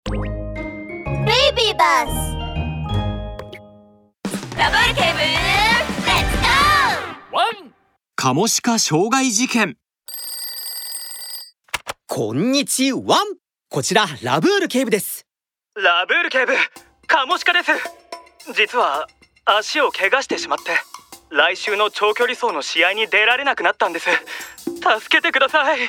ベイビーバス。ラブール警部、レッツゴー。 ワン。カモシカ傷害事件。 こんにちは。こちらラブール警部です。 ラブール警部、カモシカです。実は足を怪我してしまって、来週の長距離走の試合に出られなくなったんです。助けてください。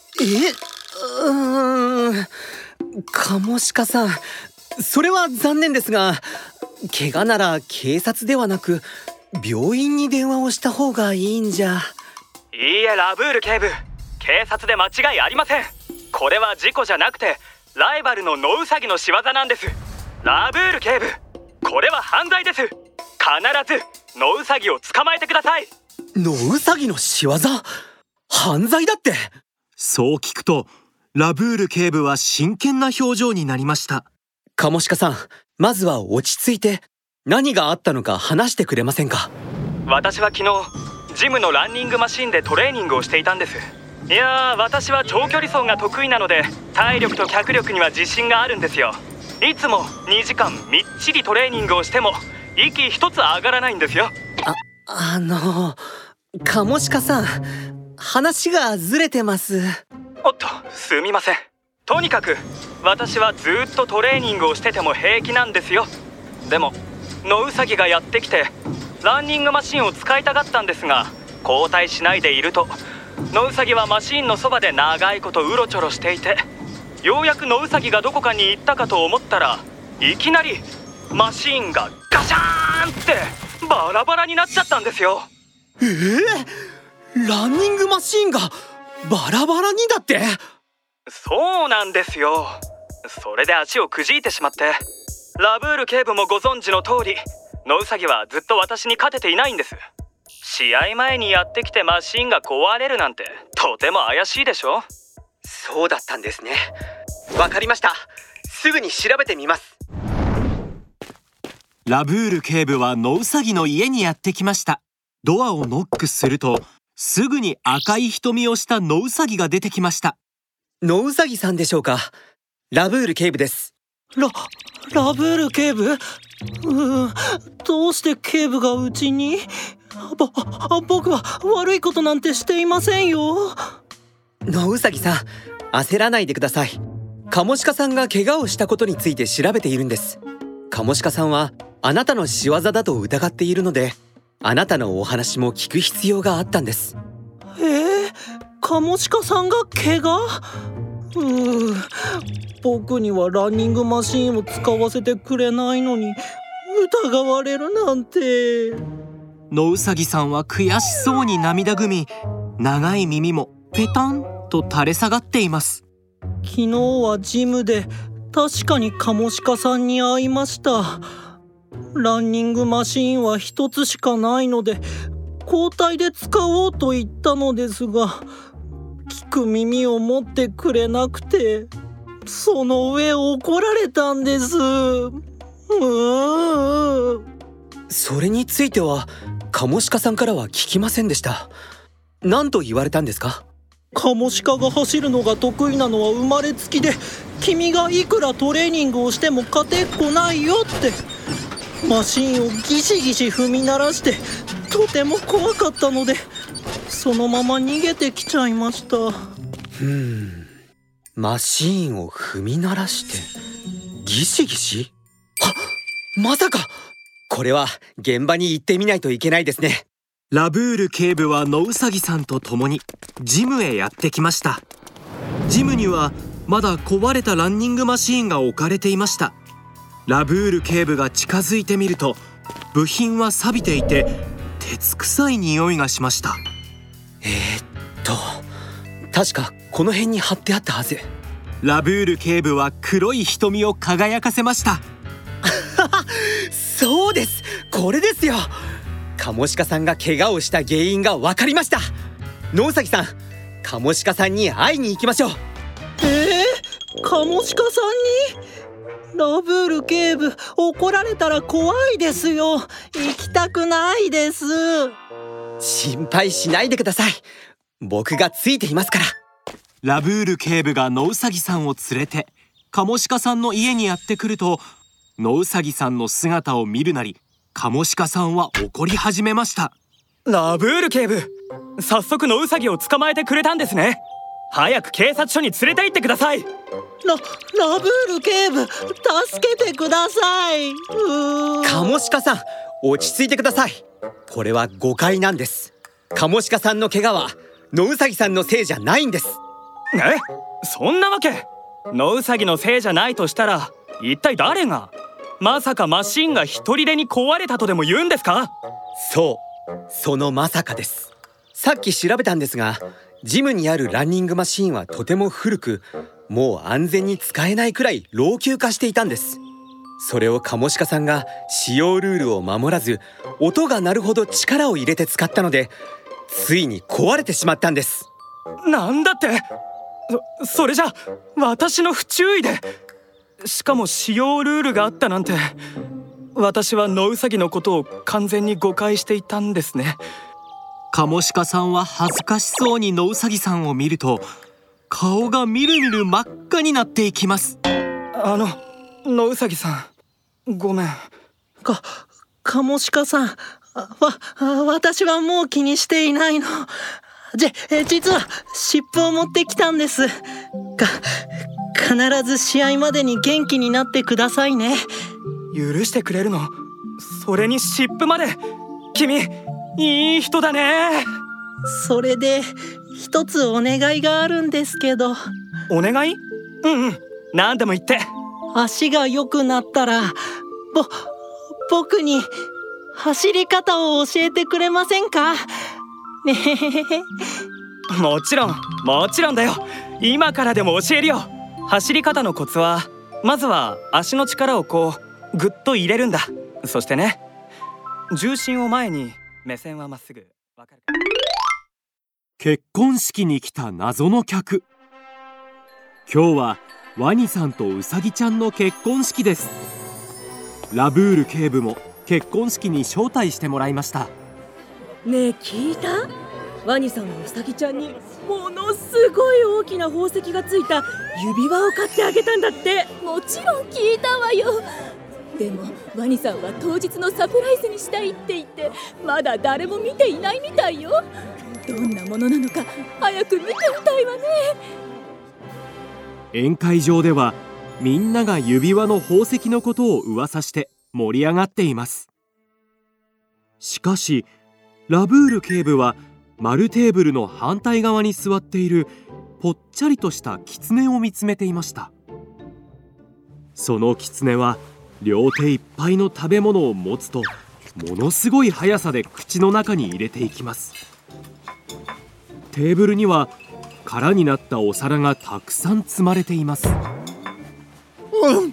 カモシカさん、それは残念ですが、怪我なら警察ではなく病院に電話をした方がいいんじゃ。 いいえ、ラブール警部、警察で間違いありません。これは事故じゃなくてライバルのノウサギの仕業なんです。ラブール警部、これは犯罪です。必ずノウサギを捕まえてください。 ノウサギの仕業？犯罪だって。 そう聞くとラブール警部は真剣な表情になりました。 カモシカさん、まずは落ち着いて何があったのか話してくれませんか？ 私は昨日ジムのランニングマシンでトレーニングをしていたんです。いやー、私は長距離走が得意なので体力と脚力には自信があるんですよ。いつも2時間みっちりトレーニングをしても息一つ上がらないんですよ。 カモシカさん、話がずれてます。 おっと、すみません。とにかく私はずっとトレーニングをしてても平気なんですよ。でもノウサギがやってきてランニングマシンを使いたがったんですが、交代しないでいるとノウサギはマシンのそばで長いことうろちょろしていて、ようやくノウサギがどこかに行ったかと思ったら、いきなりマシンがガシャーンってバラバラになっちゃったんですよ。 ランニングマシンがバラバラにだって？ そうなんですよ。それで足をくじいてしまって、ラブール警部もご存知の通り、ノウサギはずっと私に勝てていないんです。試合前にやってきてマシンが壊れるなんてとても怪しいでしょ。 そうだったんですね。わかりました。すぐに調べてみます。 ラブール警部はノウサギの家にやってきました。ドアをノックすると、すぐに赤い瞳をしたノウサギが出てきました。 ノウサギさんでしょうか？ラブール警部です。 ラブール警部？どうして警部がうちに？僕は悪いことなんてしていませんよ。 ノウサギさん、焦らないでください。カモシカさんが怪我をしたことについて調べているんです。カモシカさんはあなたの仕業だと疑っているので、あなたのお話も聞く必要があったんです。 カモシカさんが怪我？僕にはランニングマシンを使わせてくれないのに疑われるなんて。 ノウサギさんは悔しそうに涙ぐみ、長い耳もペタンと垂れ下がっています。 昨日はジムで確かにカモシカさんに会いました。ランニングマシンは一つしかないので交代で使おうと言ったのですが、聞く耳を持ってくれなくて、その上怒られたんです。 それについてはカモシカさんからは聞きませんでした。何と言われたんですか？ カモシカが走るのが得意なのは生まれつきで、君がいくらトレーニングをしても勝てっこないよってマシンをギシギシ踏み鳴らしてとても怖かったので、そのまま逃げてきちゃいました。 マシーンを踏み鳴らしてギシギシ？まさか！これは現場に行ってみないといけないですね。 ラブール警部はノウサギさんと共にジムへやってきました。ジムにはまだ壊れたランニングマシーンが置かれていました。ラブール警部が近づいてみると、部品は錆びていて鉄臭い匂いがしました。 確かこの辺に貼ってあったはず。 ラブール警部は黒い瞳を輝かせました。 そうです、これですよ。カモシカさんが怪我をした原因が分かりました。ノウサギさん、カモシカさんに会いに行きましょう。 カモシカさんに？ラブール警部、怒られたら怖いですよ。行きたくないです。 心配しないでください。僕がついていますから。 ラブール警部がノウサギさんを連れてカモシカさんの家にやってくると、ノウサギさんの姿を見るなり、カモシカさんは怒り始めました。 ラブール警部、早速ノウサギを捕まえてくれたんですね。早く警察署に連れて行ってください。 ラブール警部、助けてください。 カモシカさん、落ち着いてください。これは誤解なんです。カモシカさんの怪我はノウサギさんのせいじゃないんです。 え、そんなわけ。ノウサギのせいじゃないとしたら、一体誰が？まさかマシンが一人でに壊れたとでも言うんですか？ そう、そのまさかです。さっき調べたんですが、ジムにあるランニングマシーンはとても古く、もう安全に使えないくらい老朽化していたんです。それをカモシカさんが使用ルールを守らず、音が鳴るほど力を入れて使ったので、ついに壊れてしまったんです。 なんだって？それじゃ私の不注意で。しかも使用ルールがあったなんて、私はノウサギのことを完全に誤解していたんですね。 カモシカさんは恥ずかしそうにノウサギさんを見ると、顔がみるみる真っ赤になっていきます。 ノウサギさん、ごめん。 カモシカさん、私はもう気にしていないの。実は湿布を持ってきたんです。必ず試合までに元気になってくださいね。 許してくれるの？それに湿布まで。君、いい人だね。 それで一つお願いがあるんですけど。 お願い？うん、何でも言って。 足が良くなったら僕に走り方を教えてくれませんか？ねえ。 もちろんだよ。今からでも教えるよ。走り方のコツは、まずは足の力をこうぐっと入れるんだ。そしてね、重心を前に、目線はまっすぐ。わかるか？ 結婚式に来た謎の客。今日はワニさんとウサギちゃんの結婚式です。ラブール警部も結婚式に招待してもらいました。 ねえ、聞いた？ワニさんはウサギちゃんにものすごい大きな宝石がついた指輪を買ってあげたんだって。 もちろん聞いたわよ。でもワニさんは当日のサプライズにしたいって言って、まだ誰も見ていないみたいよ。どんなものなのか早く見てみたいわね。 宴会場ではみんなが指輪の宝石のことを噂して盛り上がっています。しかしラブール警部は丸テーブルの反対側に座っているぽっちゃりとしたキツネを見つめていました。そのキツネは両手いっぱいの食べ物を持つと、ものすごい速さで口の中に入れていきます。テーブルには空になったお皿がたくさん積まれています。 これ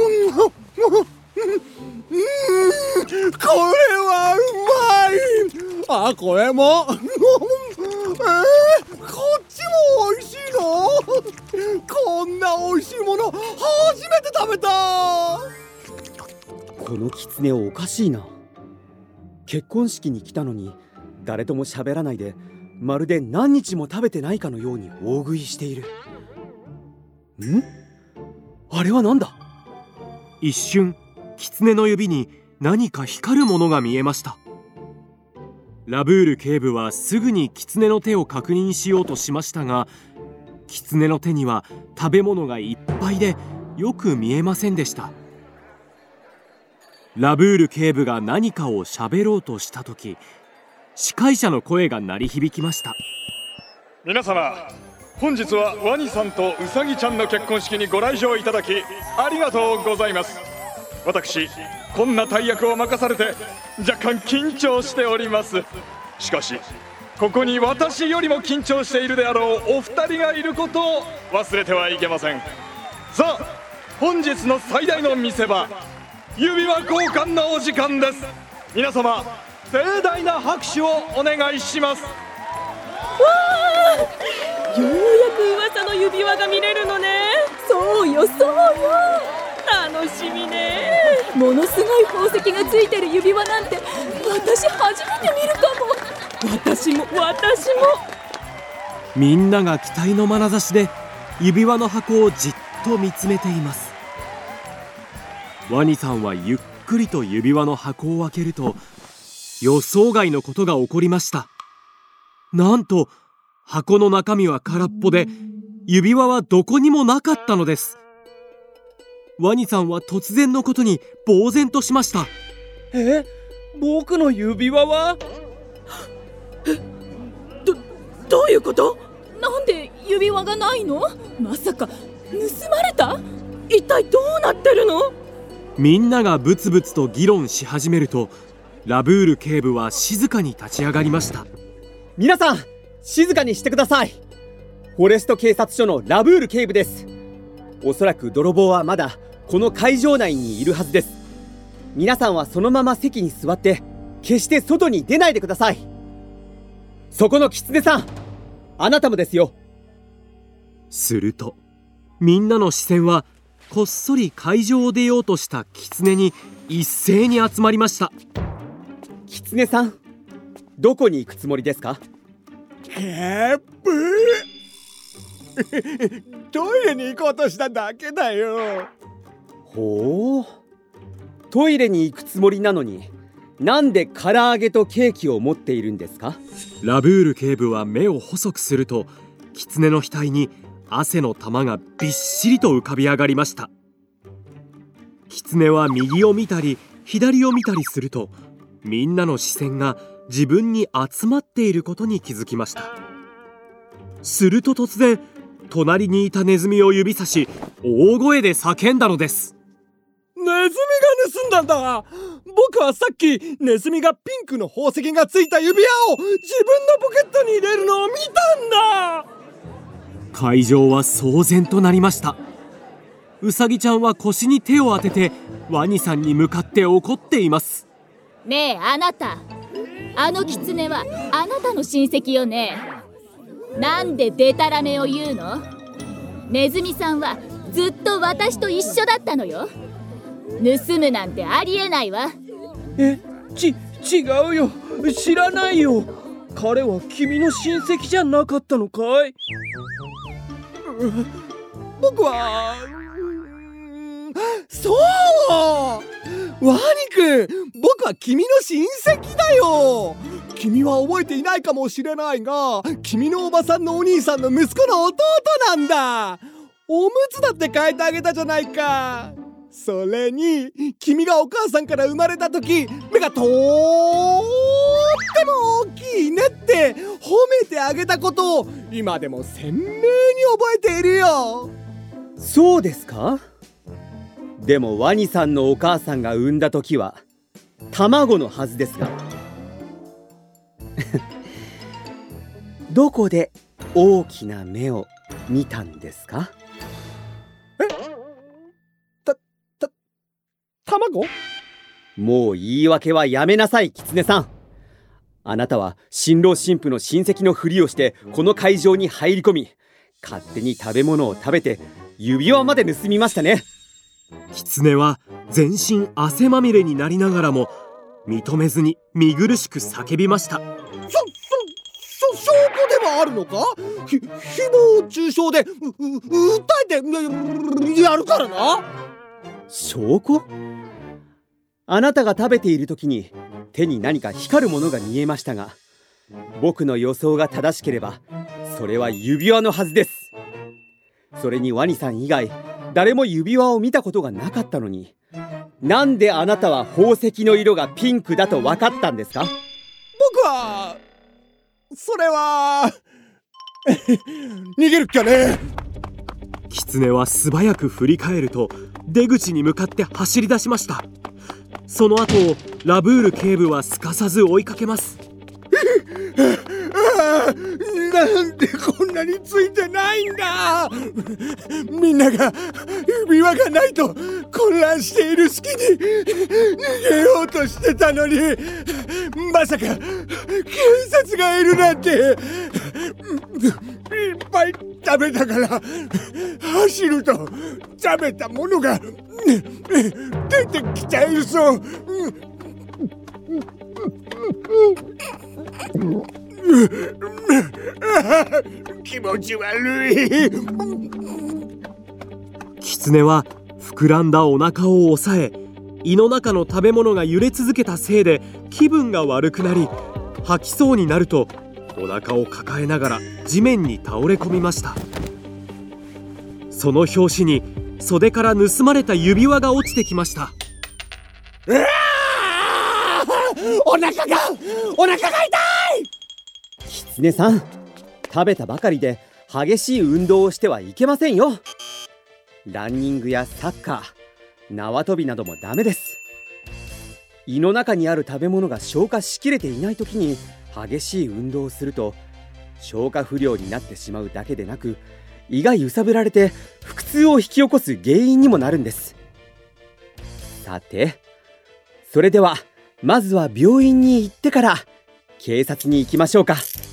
はうまい。これもこっちも美味しいの？こんな美味しいもの初めて食べた。 このキツネおかしいな。結婚式に来たのに誰とも喋らないで、まるで何日も食べてないかのように大食いしている。あれはなんだ？ 一瞬キツネの指に何か光るものが見えました。ラブール警部はすぐにキツネの手を確認しようとしましたが、キツネの手には食べ物がいっぱいでよく見えませんでした。ラブール警部が何かを喋ろうとした時、司会者の声が鳴り響きました。 皆様、本日はワニさんとウサギちゃんの結婚式にご来場いただきありがとうございます。私、こんな大役を任されて若干緊張しております。しかしここに私よりも緊張しているであろうお二人がいることを忘れてはいけません。さあ、本日の最大の見せ場、指輪交換のお時間です。皆様、盛大な拍手をお願いします。 わあ、ようやく噂の指輪が見れるのね。 そうよ。 楽しみね。 ものすごい宝石がついてる指輪なんて私初めて見るかも。 私も。 みんなが期待の眼差しで指輪の箱をじっと見つめています。ワニさんはゆっくりと指輪の箱を開けると、予想外のことが起こりました。なんと箱の中身は空っぽで、指輪はどこにもなかったのです。ワニさんは突然のことに呆然としました。 僕の指輪は？ どういうこと？ なんで指輪がないの？まさか盗まれた？ 一体どうなってるの？ みんながブツブツと議論し始めると、ラブール警部は静かに立ち上がりました。 皆さん、静かにしてください。フォレスト警察署のラブール警部です。おそらく泥棒はまだこの会場内にいるはずです。皆さんはそのまま席に座って決して外に出ないでください。そこのキツネさん、あなたもですよ。 するとみんなの視線はこっそり会場を出ようとしたキツネに一斉に集まりました。 キツネさん、どこに行くつもりですか？ トイレに行こうとしただけだよ。 ほう、トイレに行くつもりなのに、なんで唐揚げとケーキを持っているんですか？ ラブール警部は目を細くすると、キツネの額に汗の玉がびっしりと浮かび上がりました。キツネは右を見たり左を見たりすると、みんなの視線が自分に集まっていることに気づきました。すると突然、隣にいたネズミを指さし大声で叫んだのです。 ネズミが盗んだんだ。僕はさっきネズミがピンクの宝石がついた指輪を自分のポケットに入れるのを見たんだ。 会場は騒然となりました。ウサギちゃんは腰に手を当ててワニさんに向かって怒っています。 ねえあなた、あのキツネはあなたの親戚よね。なんでデタラメを言うの？ネズミさんはずっと私と一緒だったのよ。盗むなんてありえないわ。 違うよ、知らないよ。彼は君の親戚じゃなかったのかい？ 僕はそうワニ君、僕は君の親戚だよ。君は覚えていないかもしれないが、君のおばさんのお兄さんの息子の弟なんだ。おむつだって変えてあげたじゃないか。それに君がお母さんから生まれた時、目がとっても大きいねって褒めてあげたことを今でも鮮明に覚えているよ。 そうですか？でもワニさんのお母さんが産んだ時は卵のはずですがどこで大きな目を見たんですか？ 卵？ もう言い訳はやめなさい、キツネさん。あなたは新郎新婦の親戚のふりをしてこの会場に入り込み、勝手に食べ物を食べて指輪まで盗みましたね。 キツネは全身汗まみれになりながらも認めずに見苦しく叫びました。 証拠ではあるのか？誹謗中傷で訴えてやるからな。 証拠？あなたが食べている時に手に何か光るものが見えましたが、僕の予想が正しければそれは指輪のはずです。それにワニさん以外誰も指輪を見たことがなかったのに、なんであなたは宝石の色がピンクだと分かったんですか？ 僕はそれは逃げるっきゃね。 キツネは素早く振り返ると出口に向かって走り出しました。その後をラブール警部はすかさず追いかけます。 なんでこんなについてないんだ。みんなが指輪がないと混乱している隙に逃げようとしてたのに、まさか警察がいるなんて。いっぱい食べたから走ると食べたものが出てきちゃいそう。気持ち悪い。 狐は膨らんだお腹を押さえ、胃の中の食べ物が揺れ続けたせいで気分が悪くなり、吐きそうになるとお腹を抱えながら地面に倒れ込みました。その拍子に袖から盗まれた指輪が落ちてきました。 お腹が痛い。 狐さん、食べたばかりで激しい運動をしてはいけませんよ。ランニングやサッカー、縄跳びなどもダメです。胃の中にある食べ物が消化しきれていない時に激しい運動をすると、消化不良になってしまうだけでなく、胃が揺さぶられて腹痛を引き起こす原因にもなるんです。さて、それではまずは病院に行ってから警察に行きましょうか。